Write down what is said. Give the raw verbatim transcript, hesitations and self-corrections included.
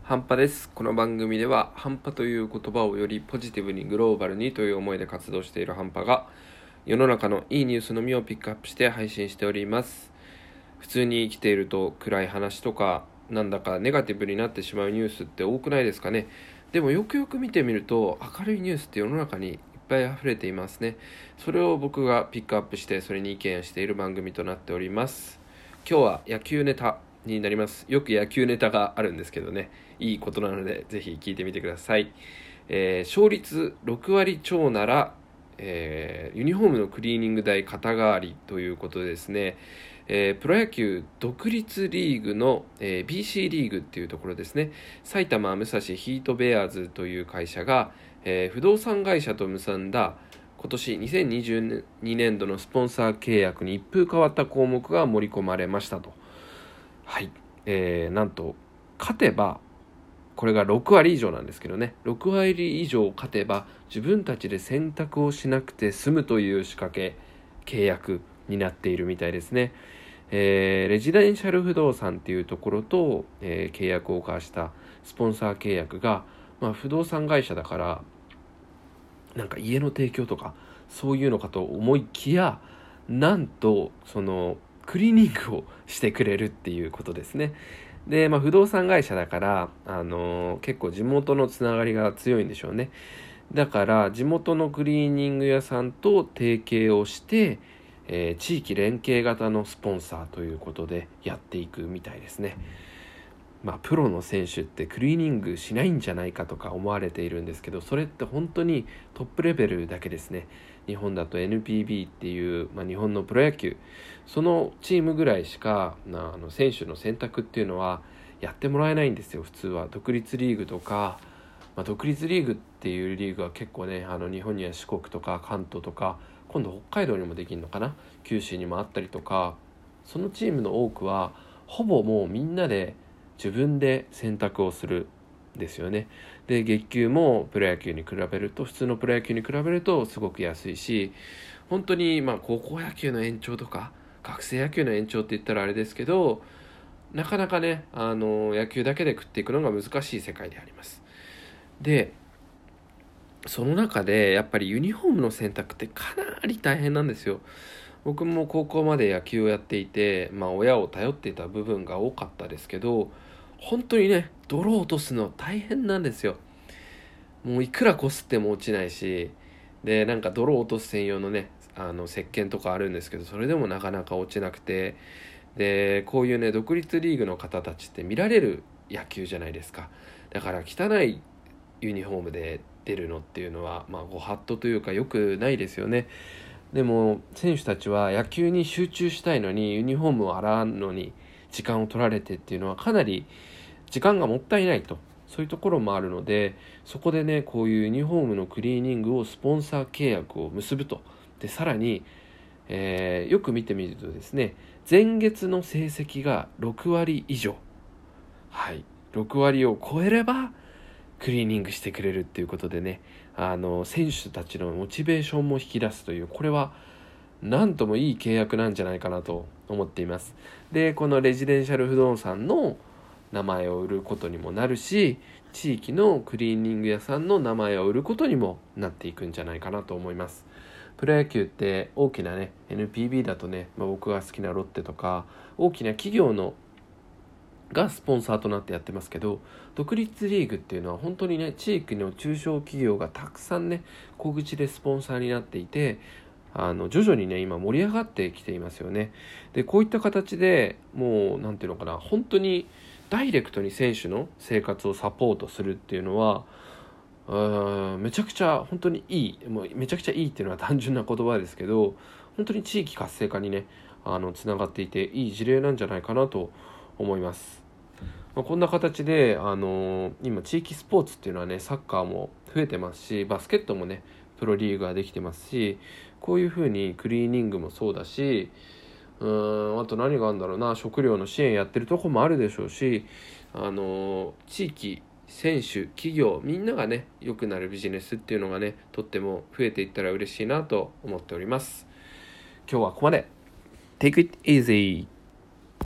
ハンパです。この番組ではハンパという言葉をよりポジティブにグローバルにという思いで活動しているハンパが世の中のいいニュースのみをピックアップして配信しております。普通に生きていると暗い話とかなんだかネガティブになってしまうニュースって多くないですかね。でもよくよく見てみると明るいニュースって世の中にいっぱい溢れていますね。それを僕がピックアップしてそれに意見している番組となっております。今日は野球ネタになります。よく野球ネタがあるんですけどね、いいことなのでぜひ聞いてみてください。えー、勝率ろくわり超なら、えー、ユニフォームのクリーニング代肩代わりということでですね、えー、プロ野球独立リーグの、えー、ビーシー リーグっていうところですね、埼玉武蔵ヒートベアーズという会社が、えー、不動産会社と結んだ今年にせんにじゅうにねんどのスポンサー契約に一風変わった項目が盛り込まれましたと。はい、えー、なんと勝てばこれがろくわり以上なんですけどね、ろくわり以上勝てば自分たちで選択をしなくて済むという仕掛け契約になっているみたいですね。えー、レジデンシャル不動産っていうところと、えー、契約を交わしたスポンサー契約が、まあ、不動産会社だからなんか家の提供とかそういうのかと思いきや、なんとそのクリーニングをしてくれるっていうことですね。で、まあ、不動産会社だから、あのー、結構地元のつながりが強いんでしょうね。だから地元のクリーニング屋さんと提携をして、えー、地域連携型のスポンサーということでやっていくみたいですね。まあ、プロの選手ってクリーニングしないんじゃないかとか思われているんですけど、それって本当にトップレベルだけですね。日本だと エヌピービー っていう、まあ、日本のプロ野球、そのチームぐらいしかあの選手の選択っていうのはやってもらえないんですよ。普通は独立リーグとか、まあ、独立リーグっていうリーグは結構ね、あの日本には四国とか関東とか、今度北海道にもできるのかな、九州にもあったりとか、そのチームの多くはほぼもうみんなで自分で選択をするんですよね。で、月給もプロ野球に比べると、普通のプロ野球に比べるとすごく安いし、本当にまあ高校野球の延長とか学生野球の延長って言ったらあれですけど、なかなかね、あの野球だけで食っていくのが難しい世界であります。で、その中でやっぱりユニフォームの選択ってかなり大変なんですよ。僕も高校まで野球をやっていて、まあ親を頼っていた部分が多かったですけど、本当にね、泥を落とすの大変なんですよ。もういくらこすっても落ちないし、で、なんか泥を落とす専用のね、あの石鹸とかあるんですけど、それでもなかなか落ちなくて、で、こういうね、独立リーグの方たちって見られる野球じゃないですか。だから汚いユニフォームで出るのっていうのは、まあ、ご法度というか良くないですよね。でも選手たちは野球に集中したいのにユニフォームを洗うのに時間を取られてっていうのはかなり時間がもったいないと、そういうところもあるので、そこでね、こういうユニフォームのクリーニングをスポンサー契約を結ぶと。でさらに、えー、よく見てみるとですね、前月の成績がろくわり以上、はいろくわりを超えればクリーニングしてくれるっていうことでね、あの選手たちのモチベーションも引き出すという、これはなんともいい契約なんじゃないかなと思っています。で、このレジデンシャル不動産の名前を売ることにもなるし、地域のクリーニング屋さんの名前を売ることにもなっていくんじゃないかなと思います。プロ野球って大きなね エヌピービー だとね、まあ、僕が好きなロッテとか大きな企業のがスポンサーとなってやってますけど、独立リーグっていうのは本当にね、地域の中小企業がたくさんね、小口でスポンサーになっていて、あの徐々にね今盛り上がってきていますよね。で、こういった形でもうなんていうのかな、本当にダイレクトに選手の生活をサポートするっていうのは、うーんめちゃくちゃ本当にいい、もうめちゃくちゃいいっていうのは単純な言葉ですけど、本当に地域活性化にね、あのつながっていていい事例なんじゃないかなと思います。まあ、こんな形で、あのー今地域スポーツっていうのはね、サッカーも増えてますし、バスケットもねプロリーグができてますし、こういうふうにクリーニングもそうだし、うーんあと何があるんだろうな、食料の支援やってるとこもあるでしょうし、あのー地域選手企業みんながね良くなるビジネスっていうのがねとっても増えていったら嬉しいなと思っております。今日はここまで。 Take it easy.